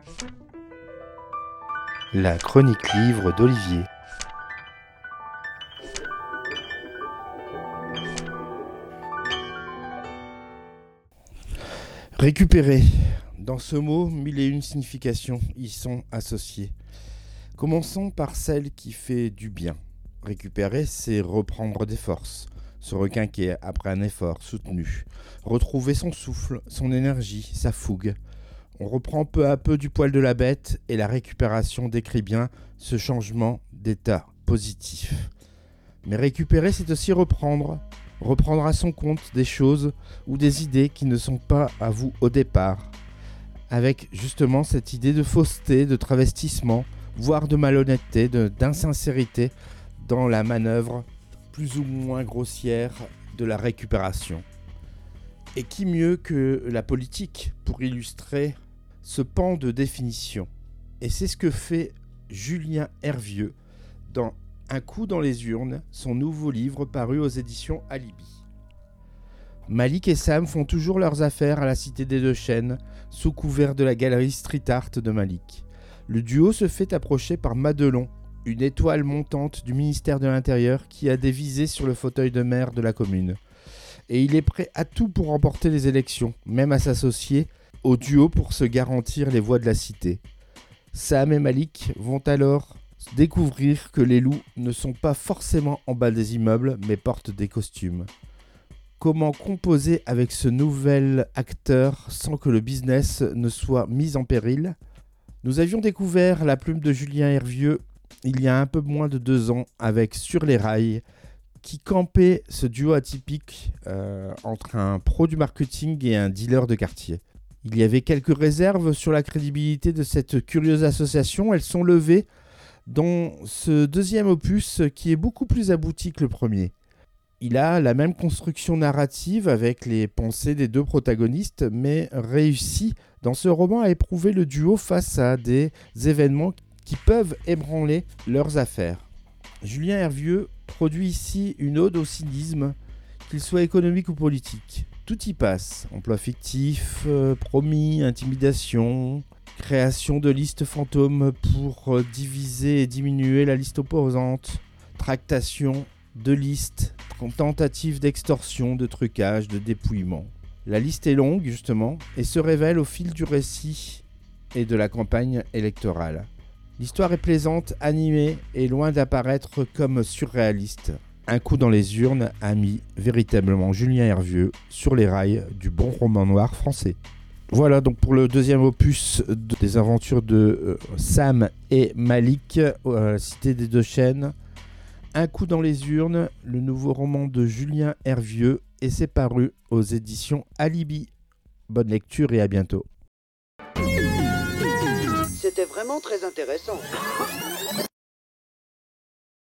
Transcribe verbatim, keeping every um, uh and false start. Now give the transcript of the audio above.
La chronique livre d'Olivier. Récupérer. Dans ce mot, mille et une significations y sont associées. Commençons par celle qui fait du bien. Récupérer, c'est reprendre des forces, se requinquer après un effort soutenu, retrouver son souffle, son énergie, sa fougue. On reprend peu à peu du poil de la bête et la récupération décrit bien ce changement d'état positif. Mais récupérer, c'est aussi reprendre, reprendre à son compte des choses ou des idées qui ne sont pas à vous au départ, avec justement cette idée de fausseté, de travestissement, voire de malhonnêteté, de, d'insincérité dans la manœuvre plus ou moins grossière de la récupération. Et qui mieux que la politique pour illustrer ce pan de définition. Et c'est ce que fait Julien Hervieux dans Un coup dans les urnes, son nouveau livre paru aux éditions Alibi. Malik et Sam font toujours leurs affaires à la Cité des Deux Chênes, sous couvert de la galerie street art de Malik. Le duo se fait approcher par Madelon, une étoile montante du ministère de l'Intérieur qui a des visées sur le fauteuil de maire de la commune. Et il est prêt à tout pour remporter les élections, même à s'associer au duo pour se garantir les voix de la cité. Sam et Malik vont alors découvrir que les loups ne sont pas forcément en bas des immeubles, mais portent des costumes. Comment composer avec ce nouvel acteur sans que le business ne soit mis en péril ? Nous avions découvert la plume de Julien Hervieux il y a un peu moins de deux ans avec Sur les rails, qui campait ce duo atypique euh, entre un pro du marketing et un dealer de quartier. Il y avait quelques réserves sur la crédibilité de cette curieuse association. Elles sont levées dans ce deuxième opus qui est beaucoup plus abouti que le premier. Il a la même construction narrative avec les pensées des deux protagonistes, mais réussit dans ce roman à éprouver le duo face à des événements qui peuvent ébranler leurs affaires. Julien Hervieux produit ici une ode au cynisme, qu'il soit économique ou politique. Tout y passe, emploi fictif, euh, promis, intimidation, création de listes fantômes pour euh, diviser et diminuer la liste opposante, tractation de listes, tentative d'extorsion, de trucage, de dépouillement. La liste est longue justement et se révèle au fil du récit et de la campagne électorale. L'histoire est plaisante, animée et loin d'apparaître comme surréaliste. Un coup dans les urnes a mis véritablement Julien Hervieux sur les rails du bon roman noir français. Voilà donc pour le deuxième opus de, des aventures de euh, Sam et Malik, euh, Cité des Deux Chênes. Un coup dans les urnes, le nouveau roman de Julien Hervieux, et c'est paru aux éditions Alibi. Bonne lecture et à bientôt. C'était vraiment très intéressant.